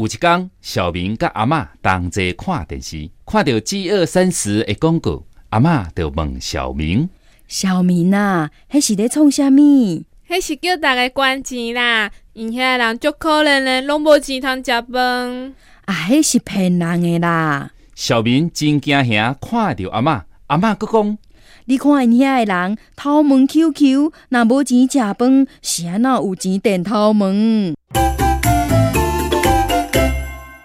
有一天，小明甲阿嬷同齐看电视，看到饥饿三十的广告，阿嬷就问小明： 小明啊，迄是咧创啥物？ 迄是叫大家捐钱啦，因遐人足可怜的，拢无钱通食饭。 啊，迄是骗人的啦！ 小明真惊吓，看到阿嬷，阿嬷佫讲： 你看因遐的人偷门 QQ， 若无钱食饭，是安怎有钱电偷门？